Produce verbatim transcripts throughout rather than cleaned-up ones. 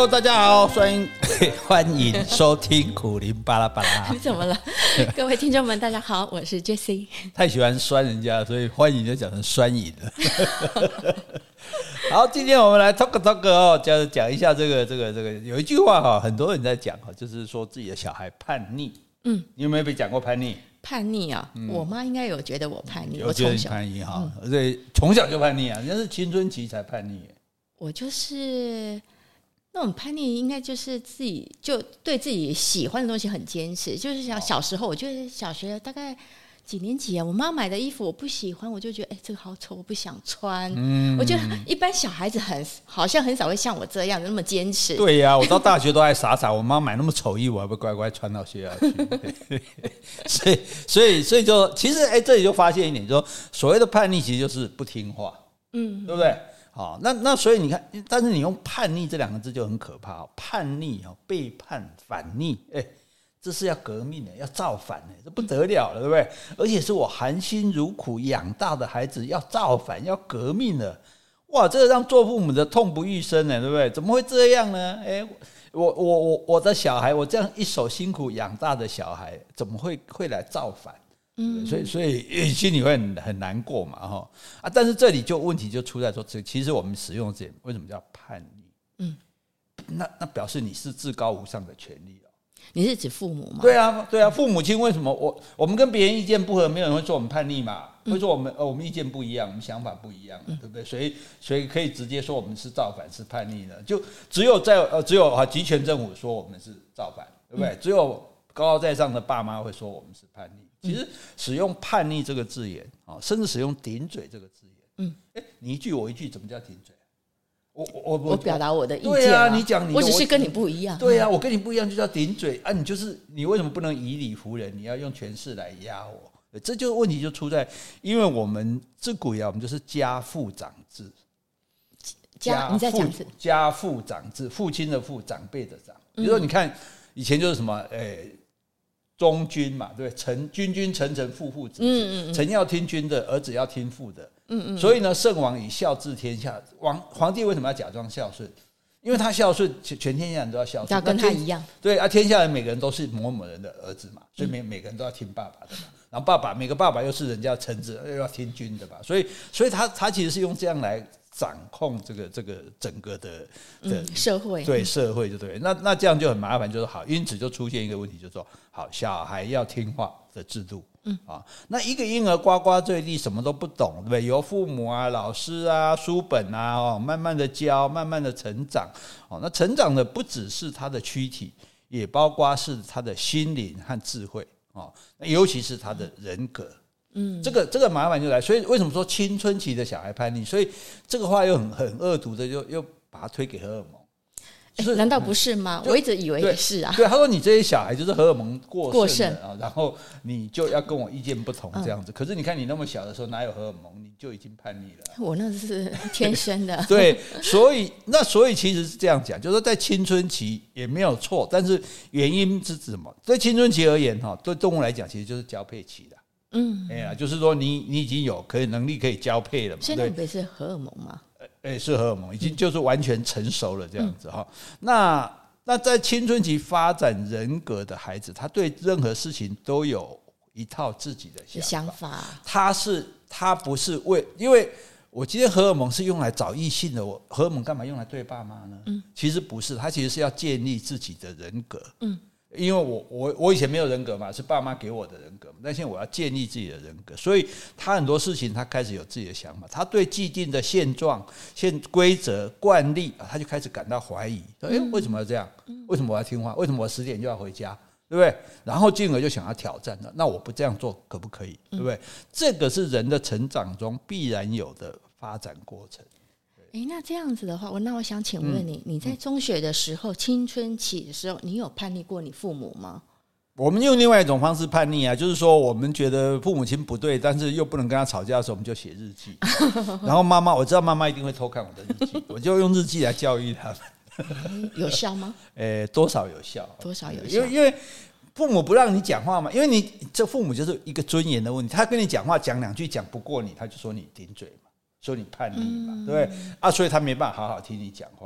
Hello， 大家好，欢迎欢迎收听苦苓巴拉巴拉。 你怎么了？各位听众们，大家好，我是 Jessie。 太喜欢酸人家，所以欢迎就讲成酸饮了。好，今天我们来 talk talk 哦，就是讲一下这个这个这个，有一句话哈，很多人在讲哈，就是说自己的小孩叛逆。嗯，你有没有被讲过叛逆？ 叛逆啊、嗯，我妈应该有觉得我叛逆， 有觉得你叛逆哈，而且从小就叛逆啊，人家是青春期才叛逆。 我就是那种叛逆，应该就是自己就对自己喜欢的东西很坚持。就是像小时候，我觉得小学大概几年级啊，我妈买的衣服我不喜欢，我就觉得哎、欸，这个好丑，我不想穿。嗯，我觉得一般小孩子很好像很少会像我这样那么坚持。 对呀、啊，我到大学都还傻傻，我妈买那么丑衣服，我还不乖乖穿到学校去。所以，所以，所以就其实哎、欸，这里就发现一点，就是说所谓的叛逆，其实就是不听话，嗯，对不对？好，那那所以你看，但是你用叛逆这两个字就很可怕、哦，叛逆哦，背叛、反逆，哎、欸，这是要革命的，要造反的，这不得了了，对不对？而且是我含辛茹苦养大的孩子要造反、要革命了，哇，这个让做父母的痛不欲生呢，对不对？怎么会这样呢？哎、欸，我我我我的小孩，我这样一手辛苦养大的小孩，怎么会会来造反？嗯，所以所以心里会很很难过嘛，哈啊！但是这里就问题就出在说，其实我们使用这为什么叫叛逆？嗯，那那表示你是至高无上的权利哦。 你是指父母吗？ 对啊，对啊，父母亲为什么我我们跟别人意见不合，没有人会说我们叛逆嘛？会说我们呃我们意见不一样，我们想法不一样，对不对？所以所以可以直接说我们是造反是叛逆的，就只有在呃只有啊集权政府说我们是造反，对不对？嗯、只有高高在上的爸妈会说我们是叛逆。其实使用叛逆这个字眼，甚至使用顶嘴这个字眼，嗯，欸、你一句我一句，怎么叫顶嘴？我我我表达我的意见、啊， 对啊，你讲你， 我只是跟你不一样， 对啊，我跟你不一样就叫顶嘴啊！你就是你为什么不能以理服人？你要用权势来压我？这就问题就出在，因为我们自古以来我们就是家父长制， 家你在讲家父长制，父亲的父，长辈的长。比如说，你看以前就是什么，哎、欸。忠君嘛，对不对？臣君君臣臣父父子子，嗯嗯、臣要听君的，儿子要听父的。嗯嗯、所以呢，圣王以孝治天下。王皇帝为什么要假装孝顺？因为他孝顺，全天下人都要孝顺， 要跟他一样。 对啊，天下人每个人都是某某人的儿子嘛，所以每每个人都要听爸爸的嘛。然后爸爸每个爸爸又是人家的臣子，又要听君的吧。所以，所以他他其实是用这样来掌控这个这个整个的的、 嗯、社会， 对社会就对。那那这样就很麻烦，就是好，因此就出现一个问题，就是说，好，小孩要听话的制度，嗯啊，那一个婴儿呱呱坠地，什么都不懂，对不对？由父母啊、老师啊、书本啊，哦，慢慢的教，慢慢的成长，哦，那成长的不只是他的躯体，也包括是他的心灵和智慧，哦，尤其是他的人格。嗯，这个这个麻烦就来，所以为什么说青春期的小孩叛逆？所以这个话又很很恶毒的，又又把它推给荷尔蒙。 欸、难道不是吗？我一直以为也是啊。 对，他说你这些小孩就是荷尔蒙过剩啊，然后你就要跟我意见不同这样子。嗯、可是你看你那么小的时候哪有荷尔蒙，你就已经叛逆了。 我那是天生的。 对，所以那所以其实是这样讲，就是说在青春期也没有错，但是原因是什么？对青春期而言，哈，对动物来讲，其实就是交配期的。嗯，哎呀，就是说你你已经有可以能力可以交配了嘛？ 现在不是荷尔蒙吗？ 哎，是荷尔蒙，已经就是完全成熟了这样子哈、嗯。那那在青春期发展人格的孩子，他对任何事情都有一套自己的想法。想法他是他不是为，因为我今天荷尔蒙是用来找异性的，我荷尔蒙干嘛用来对爸妈呢？嗯，其实不是，他其实是要建立自己的人格。嗯。因为我我我以前没有人格嘛，是爸妈给我的人格嘛，但现在我要建立自己的人格，所以他很多事情他开始有自己的想法，他对既定的现状、现规则、惯例，他就开始感到怀疑，说：“哎，为什么要这样？为什么我要听话？为什么我十点就要回家？对不对？”然后进而就想要挑战了，那我不这样做可不可以？对不对？这个是人的成长中必然有的发展过程。 哎，那这样子的话，我那我想请问你，嗯、你在中学的时候、嗯、青春期的时候，你有叛逆过你父母吗？ 我们用另外一种方式叛逆啊，就是说我们觉得父母亲不对，但是又不能跟他吵架的时候，我们就写日记。然后妈妈，我知道妈妈一定会偷看我的日记，我就用日记来教育他们。有效吗？ 诶，多少有效， 多少有效， 因为因为父母不让你讲话嘛，因为你这父母就是一个尊严的问题，他跟你讲话讲两句讲不过你，他就说你顶嘴嘛。说你叛逆嘛，嗯、对不对啊？所以他没办法好好听你讲话。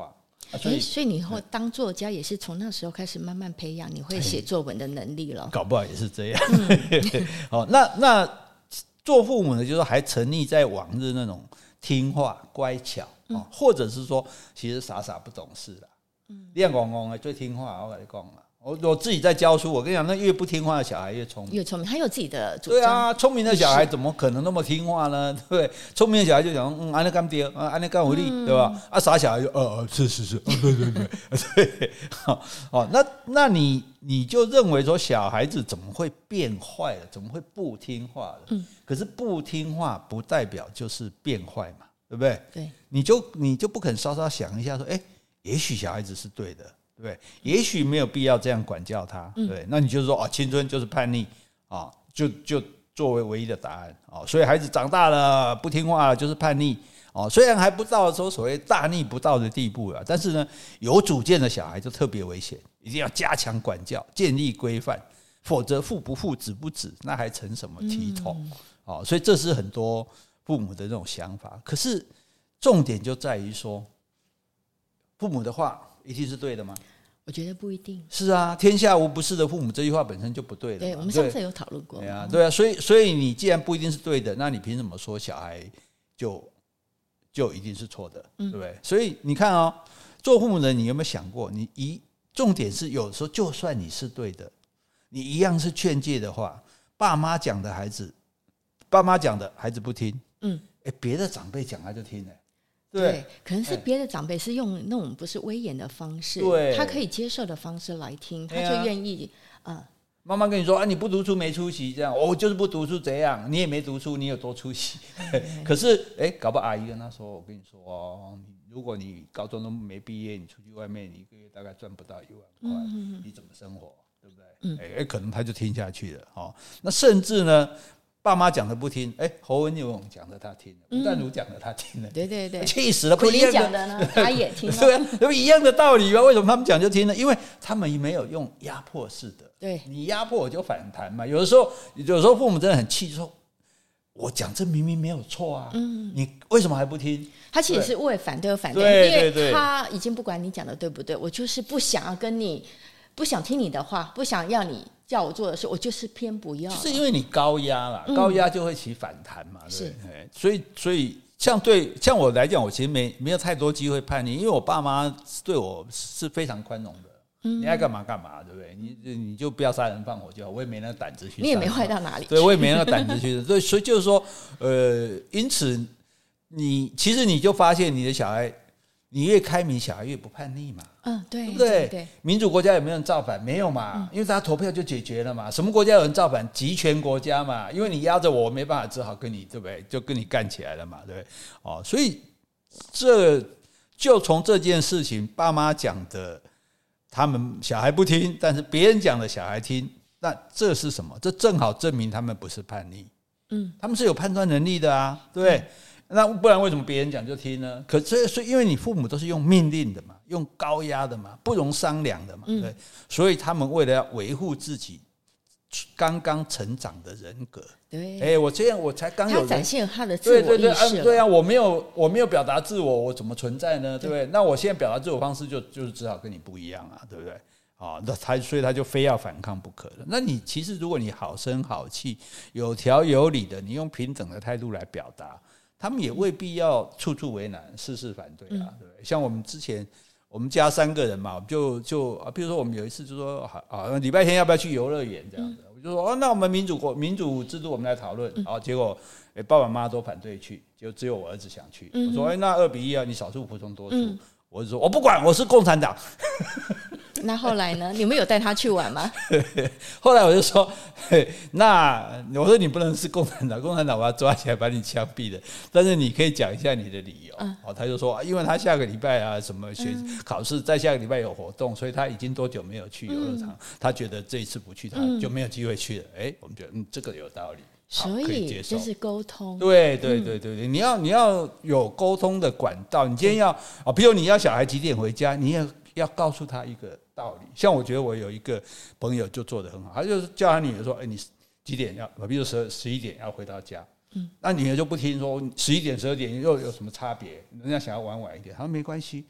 啊、所以所以你以后当作家也是从那时候开始慢慢培养你会写作文的能力了。 搞不好也是这样。嗯、哦，那那做父母的，就是还沉溺在往日那种听话乖巧、哦嗯、或者是说其实傻傻不懂事啦。嗯，练公公的最听话，我跟你讲啦。我我自己在教书，我跟你讲，那越不听话的小孩越聪明， 越聪明，他有自己的主张。 对啊，聪明的小孩怎么可能那么听话呢？对不对？聪明的小孩就讲，嗯，安尼干爹，安尼干我力，对吧？啊，傻小孩就，呃，是是是，哦、对对对，对，好、哦，那那你你就认为说小孩子怎么会变坏了？怎么会不听话了？嗯，可是不听话不代表就是变坏嘛，对不对？ 对， 你就你就不肯稍稍想一下说，哎，也许小孩子是对的。对不对？也许没有必要这样管教他，嗯、对，那你就说哦，青春就是叛逆啊，就就作为唯一的答案啊，所以孩子长大了不听话了就是叛逆哦，虽然还不到说所谓大逆不道的地步了，但是呢，有主见的小孩就特别危险，一定要加强管教，建立规范，否则父不父子不子，那还成什么体统、嗯哦、所以这是很多父母的这种想法。可是重点就在于说，父母的话一定是对的吗？ 我觉得不一定。 是啊，天下无不是的父母这句话本身就不对的。 对，我们上次有讨论过。 对啊，对啊，所以所以你既然不一定是对的，那你凭什么说小孩就就一定是错的，对不对？嗯、所以你看哦，做父母的你有没有想过，你一重点是有时候就算你是对的，你一样是劝诫的话，爸妈讲的孩子，爸妈讲的孩子不听，嗯，哎，别的长辈讲他就听了。 对, 对，可能是别的长辈是用那种不是威严的方式，对，他可以接受的方式来听，他就愿意。啊呃、 妈妈跟你说啊，你不读书没出息，这样我、哦、就是不读书，怎样？你也没读书，你有多出息？可是，哎，搞不好阿姨跟他说，我跟你说哦，如果你高中都没毕业，你出去外面，你一个月大概赚不到一万块，嗯、你怎么生活？对不对？嗯，哎，可能他就听下去了。哦，那甚至呢？爸妈讲的不听，哎，侯文勇讲的他听了，吴淡如讲的他听了， 对对对， 气死了。 苦苓讲的呢，他也听了， 对啊，有一样的道理吧？为什么他们讲就听了？因为他们没有用压迫式的， 对， 你压迫我就反弹嘛。有的时候，有时候父母真的很气，说我讲这明明没有错啊，嗯，你为什么还不听？ 他其实是为反对而反对， 对对对， 因为他已经不管你讲的对不对，我就是不想要跟你，不想听你的话，不想要你叫我做的事，我就是偏不要。 就是因为你高压啦，高压就会起反弹嘛，嗯、对，是，所以所以像对像我来讲，我其实没没有太多机会叛逆，因为我爸妈对我是非常宽容的，嗯、你爱干嘛干嘛，对不对？你你就不要杀人放火就好，我也没那个胆子去， 你也没坏到哪里去， 对，我也没那个胆子去，所以所以就是说，呃，因此你其实你就发现你的小孩。你越开明，小孩越不叛逆嘛。 嗯，对， 对不对？ 对对， 民主国家有没有人造反？没有嘛，嗯、因为大家投票就解决了嘛。什么国家有人造反？集权国家嘛。因为你压着我，我没办法，只好跟你，对不对？就跟你干起来了嘛，对不对？哦，所以这就从这件事情，爸妈讲的，他们小孩不听，但是别人讲的小孩听，那这是什么？这正好证明他们不是叛逆，嗯，他们是有判断能力的啊，对不对？嗯，那不然为什么别人讲就听呢？可是所以因为你父母都是用命令的嘛，用高压的嘛，不容商量的嘛，嗯、对，所以他们为了要维护自己刚刚成长的人格， 对， 哎，我这样我才刚有他展现他的自我意识了， 对对对，啊对啊，我没有我没有表达自我，我怎么存在呢？对不对？那我现在表达自我方式就就是只好跟你不一样啊，对不对？啊，那他所以他就非要反抗不可的。那你其实如果你好声好气、有条有理的，你用平等的态度来表达。他们也未必要处处为难，事事反对啊，对不对？像我们之前，我们家三个人嘛，就就啊，比如说我们有一次就说，啊，礼拜天要不要去游乐园这样子？我就说，哦，那我们民主国民主制度我们来讨论。好，结果哎，爸爸妈妈都反对去，就只有我儿子想去。我说，哎，那二比一啊，你少数服从多数。我就说，我不管，我是共产党。 那后来呢？你们有带他去玩吗？ 后来我就说，那我说你不能是共产党，共产党我要抓起来把你枪毙的。但是你可以讲一下你的理由。嗯、哦，他就说，因为他下个礼拜啊什么学考试，在下个礼拜有活动，所以他已经多久没有去游乐场，嗯、他觉得这一次不去，他就没有机会去了。哎、嗯，我们觉得嗯这个有道理。 所以就是沟通， 对对对对对，你要你要有沟通的管道。你今天要啊，比如你要小孩几点回家，你也要告诉他一个道理。像我觉得我有一个朋友就做得很好，他就是叫他女儿说：“哎，你几点要？比如十十一点要回到家。”嗯，那女儿就不听，说十一点十二点又有什么差别？人家想要晚晚一点，他说没关系，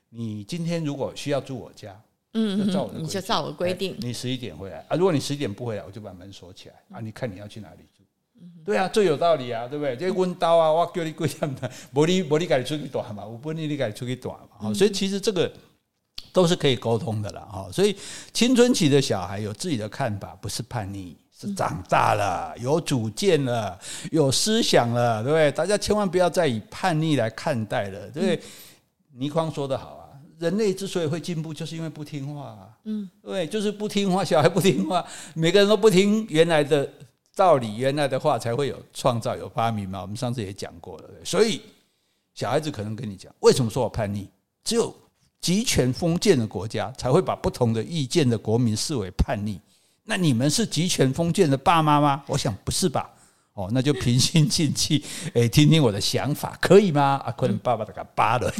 你今天如果需要住我家， 嗯， 就照我的你就照我规定， 你十一点回来啊。如果你十一点不回来，我就把门锁起来啊。你看你要去哪里住？对啊，最有道理啊，对不对？这温刀啊，我叫你几点的，无你无你自己出去打嘛，我不你你自己出去打嘛。嗯、所以其实这个都是可以沟通的啦。哈，所以青春期的小孩有自己的看法，不是叛逆。是长大了，有主见了，有思想了，对不对？大家千万不要再以叛逆来看待了，对不对？嗯、倪匡说得好啊，人类之所以会进步，就是因为不听话啊，嗯，对，就是不听话，小孩不听话，每个人都不听原来的道理，原来的话，才会有创造、有发明嘛。我们上次也讲过了，所以小孩子可能跟你讲，为什么说我叛逆？只有集权封建的国家才会把不同的意见的国民视为叛逆。那你们是集权封建的爸妈吗？我想不是吧。哦，那就平心静气，哎，听听我的想法，可以吗？啊，可能爸爸都给他扒了。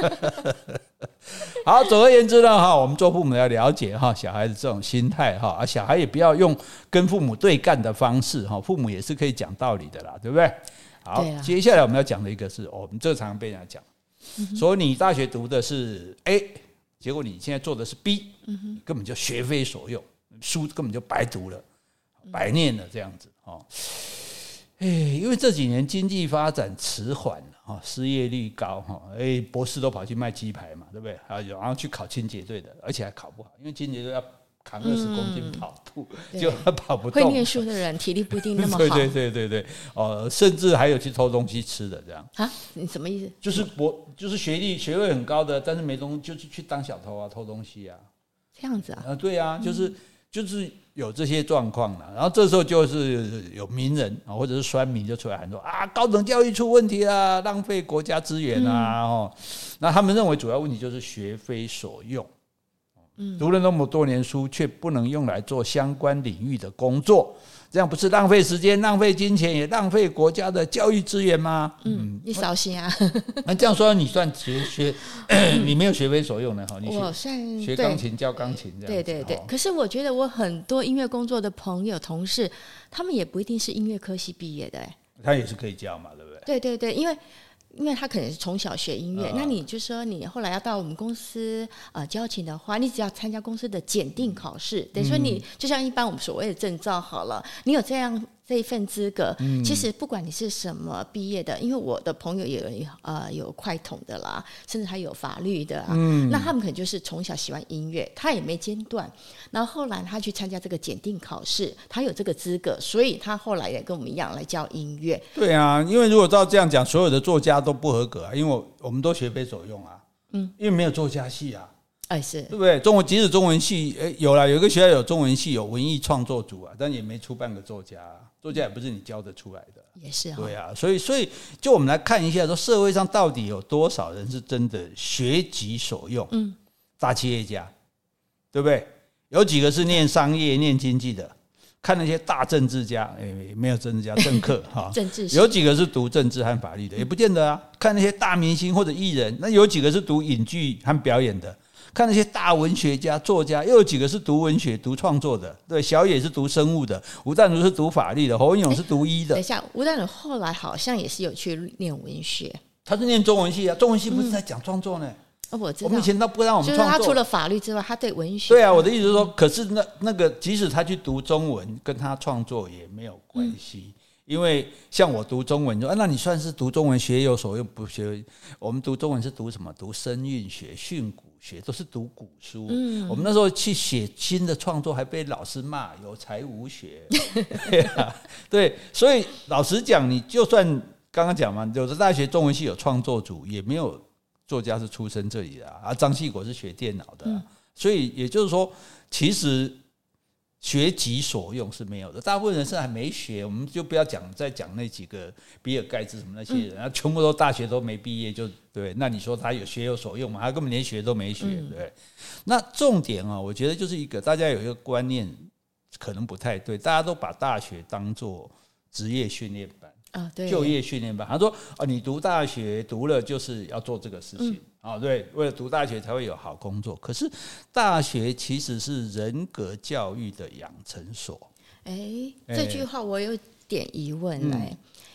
好，总而言之呢，哈，我们做父母要了解哈小孩子这种心态哈，啊，小孩也不要用跟父母对干的方式哈，父母也是可以讲道理的啦，对不对？好，接下来我们要讲的一个是，哦、我们这常常被人家讲，嗯、说你大学读的是 A， 结果你现在做的是 B，、嗯、根本就学非所用。书根本就白读了，白念了，这样子哦。哎，因为这几年经济发展迟缓了，失业率高哈，哎，博士都跑去卖鸡排嘛，对不对？然后去考清洁队的，而且还考不好，因为清洁队要扛二十公斤跑步，嗯、就跑不动。 会念书的人体力不一定那么好。 对对对对对，哦，甚至还有去偷东西吃的这样。 啊？你什么意思？ 就是博，就是学历学位很高的，但是没东西，就是去当小偷啊，偷东西啊。 这样子啊？ 啊，对啊，就是。嗯就是有这些状况了，然后这时候就是有名人或者是酸民就出来喊说啊，高等教育出问题啦，浪费国家资源啊、嗯、那他们认为主要问题就是学非所用，嗯、读了那么多年书却不能用来做相关领域的工作，这样不是浪费时间、浪费金钱，也浪费国家的教育资源吗？ 嗯，你小心啊！ 那这样说你算学学，你没有学非所用呢？你我算学钢琴教钢琴这样。 对对对。可是我觉得我很多音乐工作的朋友、同事，他们也不一定是音乐科系毕业的，哎， 他也是可以教嘛，对不对？ 对对对，因为。因为他可能是从小学音乐，啊、那你就说你后来要到我们公司呃教琴的话，你只要参加公司的检定考试，等于说你就像一般我们所谓的证照好了，你有这样这一份资格，嗯、其实不管你是什么毕业的，因为我的朋友也有呃有快统的啦，甚至还有法律的、啊，嗯、那他们可能就是从小喜欢音乐，他也没间断，然后后来他去参加这个检定考试，他有这个资格，所以他后来也跟我们一样来教音乐。 对啊，因为如果照这样讲，所有的作家都不合格啊，因为 我, 我们都学非所用啊，嗯，因为没有作家系啊， 哎是， 对不对？中文即使中文系，哎有啦，有一个学校有中文系，有文艺创作组啊，但也没出半个作家、啊，作家也不是你教得出来的， 也是、哦， 对啊，所以所以就我们来看一下，说社会上到底有多少人是真的学己所用，嗯，大企业家，对不对？有几个是念商业、念经济的？看那些大政治家，欸、没有政治家，政客哈， 政治有几个是读政治和法律的，也不见得啊。看那些大明星或者艺人，那有几个是读影剧和表演的？看那些大文学家、作家，又有几个是读文学、读创作的？对，小野是读生物的，吴淡如是读法律的，侯文咏是读医的。 等一下，吴淡如后来好像也是有去念文学， 他是念中文系啊，中文系不是在讲创作呢？嗯哦、我知道， 我们以前都不让我们创作， 就是他除了法律之外，他对文学。 对啊，我的意思是说，可是那那个，即使他去读中文，跟他创作也没有关系，嗯、因为像我读中文，说、啊、那你算是读中文学有所用，不学。我们读中文是读什么？读声韵学、训诂学，都是读古书。嗯，我们那时候去写新的创作，还被老师骂有才无学。对啊，对，所以老实讲，你就算刚刚讲嘛，有的大学中文系有创作组，也没有。作家是出身这里的啊，张系国是学电脑的、啊嗯，所以也就是说，其实学己所用是没有的。大部分人是还没学，我们就不要讲再讲那几个比尔盖茨什么那些人，嗯、全部都大学都没毕业就对。那你说他有学有所用吗？他根本连学都没学，嗯、对。那重点啊，我觉得就是一个大家有一个观念可能不太对，大家都把大学当作职业训练班。 啊、对就业训练班，他说、哦、你读大学读了就是要做这个事情、嗯哦、对，为了读大学才会有好工作。可是大学其实是人格教育的养成所。 哎，这句话我有点疑问来、嗯，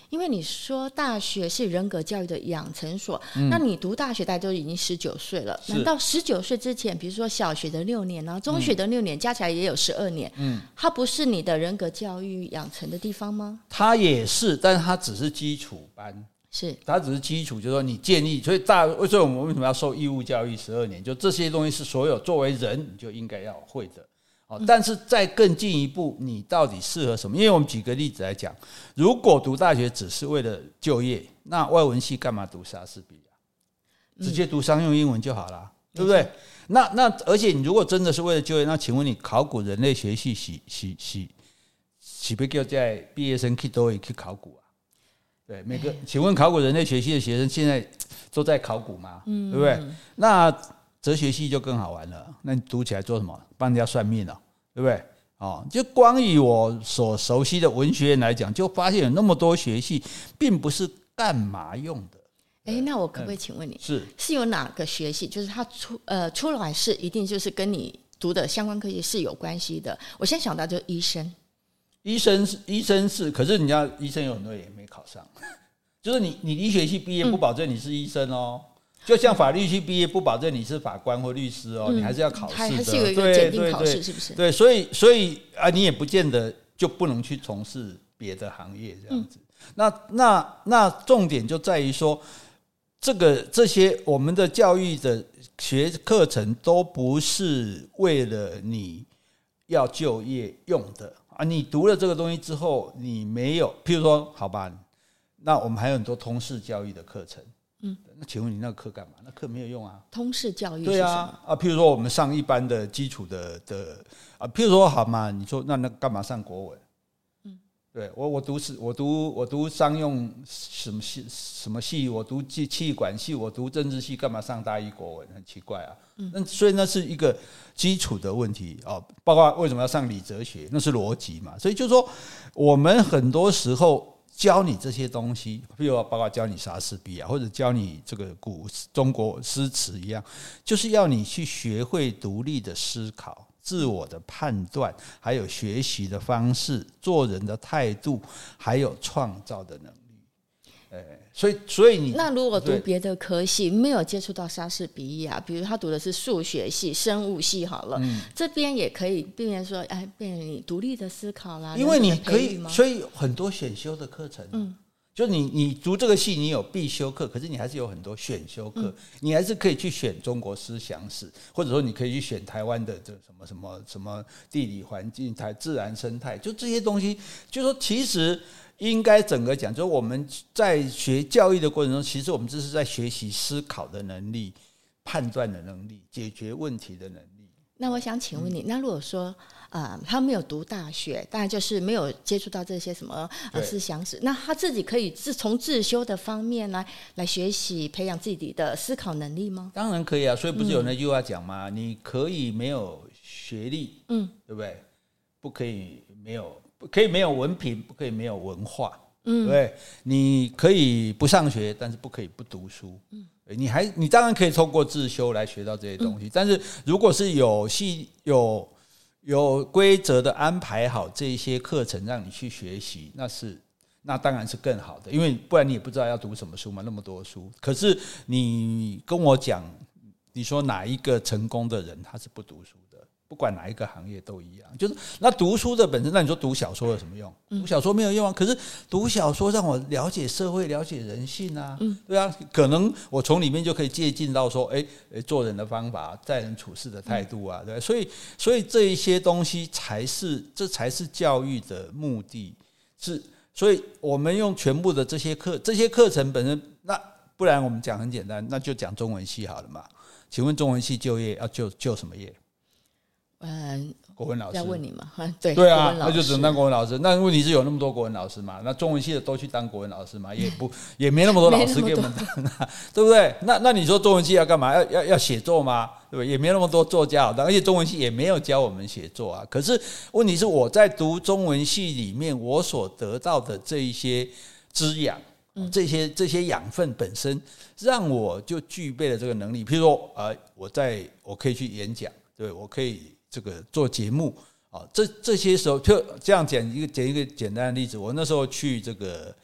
因为你说大学是人格教育的养成所，嗯、那你读大学大概都已经十九岁了，难道十九岁之前，比如说小学的六年啊，中学的六年，嗯、加起来也有十二年，嗯，它不是你的人格教育养成的地方吗？ 它也是，但是它只是基础班， 是它只是基础，就是说你建立，所以大，所以我们为什么要受义务教育十二年？就这些东西是所有作为人你就应该要会的。哦、但是再更进一步，你到底适合什么？因为我们举个例子来讲，如果读大学只是为了就业，那外文系干嘛读莎士比亚？直接读商用英文就好了，嗯、对不对？那那而且你如果真的是为了就业，那请问你考古人类学系是是是是不叫在毕业生去都会去考古啊？对，每个请问考古人类学系的学生现在都在考古吗？嗯、对不对？那哲学系就更好玩了，那你读起来做什么？帮人家算命了，对不对？哦，就光以我所熟悉的文学院来讲，就发现有那么多学系并不是干嘛用的。 哎，那我可不可以请问你， 嗯、是是有哪个学系，就是它出呃出来是一定就是跟你读的相关科技是有关系的？我现在想到就是医生， 医生是医生是，可是人家医生有很多也没考上，就是你你医学系毕业不保证你是医生哦。嗯，就像法律系毕业不保证你是法官或律师哦，嗯、你还是要考试的， 还是有一个检定考试，是不是？ 对，所以所以啊，你也不见得就不能去从事别的行业这样子。嗯、那那那重点就在于说，这个这些我们的教育的学课程都不是为了你要就业用的啊。你读了这个东西之后，你没有，譬如说，好吧，那我们还有很多通识教育的课程。嗯，那请问你那个课干嘛？那课没有用啊。 通识教育是对啊啊，譬如说我们上一般的基础的的啊，譬如说好嘛，你说那那干嘛上国文？嗯，对我我读是，我读我读商用什么系什么系，我读气气管系，我读政治系，干嘛上大一国文？很奇怪啊。嗯，那所以那是一个基础的问题哦，包括为什么要上理哲学，那是逻辑嘛。所以就是说，我们很多时候教你这些东西，比如包括教你莎士比亚，或者教你这个古中国诗词一样，就是要你去学会独立的思考、自我的判断，还有学习的方式、做人的态度，还有创造的能力。哎，所以所以你那如果读别的科系，没有接触到莎士比亚，比如他读的是数学系、生物系好了，嗯、这边也可以避免说，哎，变成你独立的思考啦。 因为你可以，所以很多选修的课程、啊，嗯，就你你读这个系，你有必修课，可是你还是有很多选修课，嗯、你还是可以去选中国思想史，或者说你可以去选台湾的这什么什么什么地理环境、台自然生态，就这些东西，就说其实。应该整个讲，就是我们在学教育的过程中，其实我们这是在学习思考的能力、判断的能力、解决问题的能力。 那我想请问你，嗯、那如果说呃他没有读大学，当然就是没有接触到这些什么呃思想史，那他自己可以自从自修的方面来来学习、培养自己的思考能力吗？ 当然可以啊，所以不是有那句话讲吗？嗯、你可以没有学历，嗯，对不对？不可以没有。可以没有文凭，不可以没有文化，嗯，对不对？你可以不上学，但是不可以不读书，嗯，你还你当然可以透过自修来学到这些东西，嗯、但是如果是有系有有规则的安排好这些课程让你去学习，那是那当然是更好的，因为不然你也不知道要读什么书嘛，那么多书。可是你跟我讲，你说哪一个成功的人他是不读书的？不管哪一个行业都一样，就是那读书的本身，那你说读小说有什么用？读小说没有用啊。可是读小说让我了解社会、了解人性啊，嗯、对啊，可能我从里面就可以借鉴到说，哎，做人的方法、待人处事的态度啊，对，所以，所以这一些东西才是，这才是教育的目的。是，所以我们用全部的这些课，这些课程本身，那不然我们讲很简单，那就讲中文系好了嘛。请问中文系就业要就就什么业？嗯，国文老师要问你嘛？对对啊，那就只能当国文老师。那问题是有那么多国文老师嘛？那中文系的都去当国文老师嘛？也不也没那么多老师给我们当啊，对不对？那那你说中文系要干嘛？要要要写作吗？对不对？也没那么多作家好当，而且中文系也没有教我们写作啊。可是问题是我在读中文系里面，我所得到的这一些滋养，这些这些养分本身，让我就具备了这个能力。譬如说，呃，我在我可以去演讲，对，我可以。这个做节目啊，这这些时候就这样讲一个讲一个简单的例子。我那时候去这个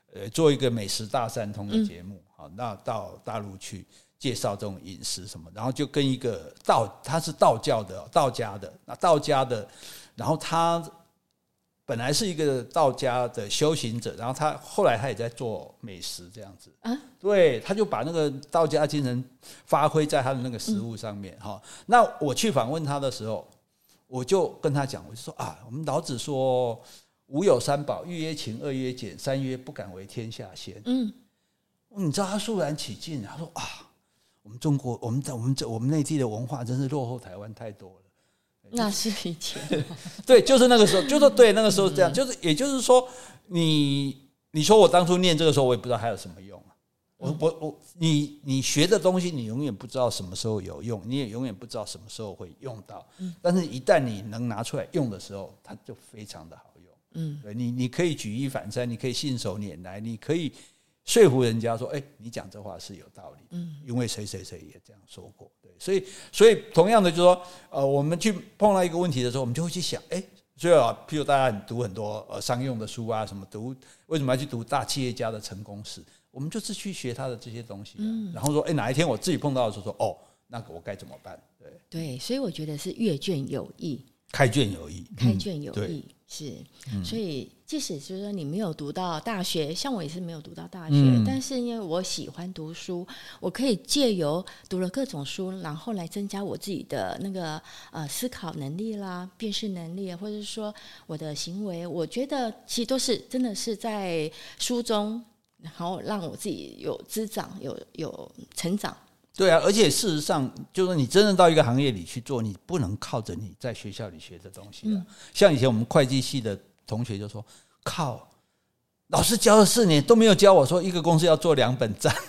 呃做一个美食大散通的节目，好、嗯，那到大陆去介绍这种饮食什么，然后就跟一个道，他是道教的道家的，那道家的，然后他本来是一个道家的修行者，然后他后来他也在做美食这样子，啊，对，他就把那个道家精神发挥在他的那个食物上面哈、嗯。那我去访问他的时候，我就跟他讲，我就说啊，我们老子说吾有三宝，一曰勤，二曰俭，三曰不敢为天下先。嗯，你知道他肃然起敬，他说啊，我们中国，我们在我们这我们内地的文化真是落后台湾太多了。 那是以前， 对，就是那个时候，就是对那个时候这样，就是也就是说，你你说我当初念这个时候，我也不知道还有什么用啊。我我我，你你学的东西，你永远不知道什么时候有用，你也永远不知道什么时候会用到。但是一旦你能拿出来用的时候，它就非常的好用。嗯，对，你你可以举一反三，你可以信手拈来，你可以说服人家说，哎、欸，你讲这话是有道理，嗯，因为谁谁谁也这样说过，对，所以所以同样的就是说，呃，我们去碰到一个问题的时候，我们就会去想，哎、欸，所以啊，譬如大家读很多呃商用的书啊，什么读为什么要去读大企业家的成功史？我们就是去学他的这些东西、啊嗯，然后说，哎、欸，哪一天我自己碰到的时候说，哦，那个我该怎么办？对对，所以我觉得是阅卷有益， 开卷有益， 开卷有益。嗯，是，所以即使就是说你没有读到大学，像我也是没有读到大学、嗯、但是因为我喜欢读书，我可以借由读了各种书，然后来增加我自己的那个呃思考能力啦、辨识能力，或者是说我的行为，我觉得其实都是真的是在书中，然后让我自己有滋长，有有成长。 对啊，而且事实上，就是你真正到一个行业里去做，你不能靠着你在学校里学的东西、啊嗯、像以前我们会计系的同学就说，靠，老师教了四年都没有教我说一个公司要做两本账，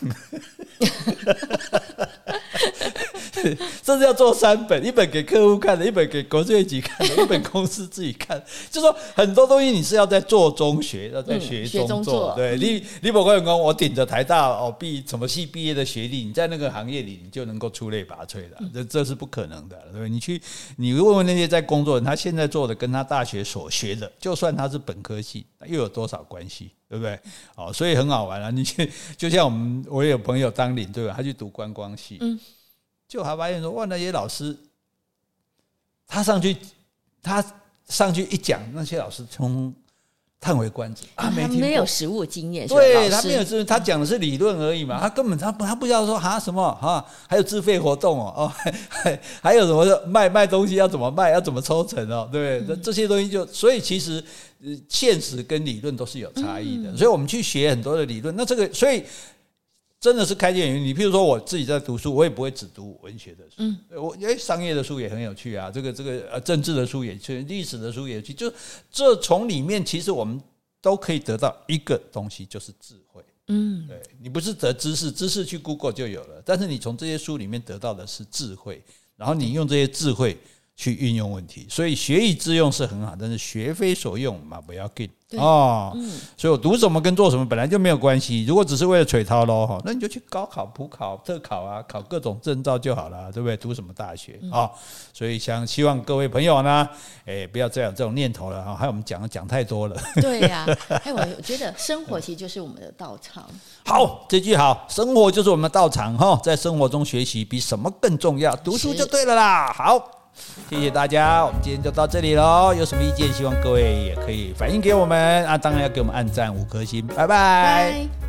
甚至要做三本，一本给客户看的，一本给国税局看的，一本公司自己看。就说很多东西你是要在做中学，要在学中做。嗯、对、嗯、你，你不可能说我顶着台大哦毕什么系毕业的学历，你在那个行业里你就能够出类拔萃的，嗯、这这是不可能的。对，你去你问问那些在工作的人，他现在做的跟他大学所学的，就算他是本科系，又有多少关系？对不对？哦，所以很好玩啊！你去就像我们，我也有朋友当领队吧，他去读观光系，嗯。就还发现说，哇，那些老师，他上去，他上去一讲，那些老师从叹为观止啊， 没没有实务经验， 对他没有实务，他讲的是理论而已嘛，他根本他他不知道说哈什么哈，还有自费活动哦，哦还还还有什么卖卖东西要怎么卖，要怎么抽成哦，对不对？嗯、这些东西就所以其实现实跟理论都是有差异的，嗯、所以我们去学很多的理论，那这个所以。真的是开卷有益。你譬如说我自己在读书，我也不会只读文学的书，嗯，我因为商业的书也很有趣啊，这个这个呃政治的书也有趣，历史的书也有趣，就这从里面其实我们都可以得到一个东西，就是智慧。嗯，对，你不是得知识，知识去 Google 就有了，但是你从这些书里面得到的是智慧，然后你用这些智慧去运用问题，所以学以致用是很好，但是学非所用嘛，不要紧哦。嗯，所以我读什么跟做什么本来就没有关系。如果只是为了垂涛咯，那你就去高考、普考、特考啊，考各种证照就好了，对不对？读什么大学啊、哦？所以想希望各位朋友呢，哎，不要再有这种念头了啊！还有我们讲讲太多了。 对呀、啊，还有我觉得生活其实就是我们的道场。 好，这句好，生活就是我们的道场哈，在生活中学习比什么更重要，读书就对了啦。好。谢谢大家，我们今天就到这里咯。有什么意见，希望各位也可以反映给我们啊！当然要给我们按赞五颗星，拜拜。拜。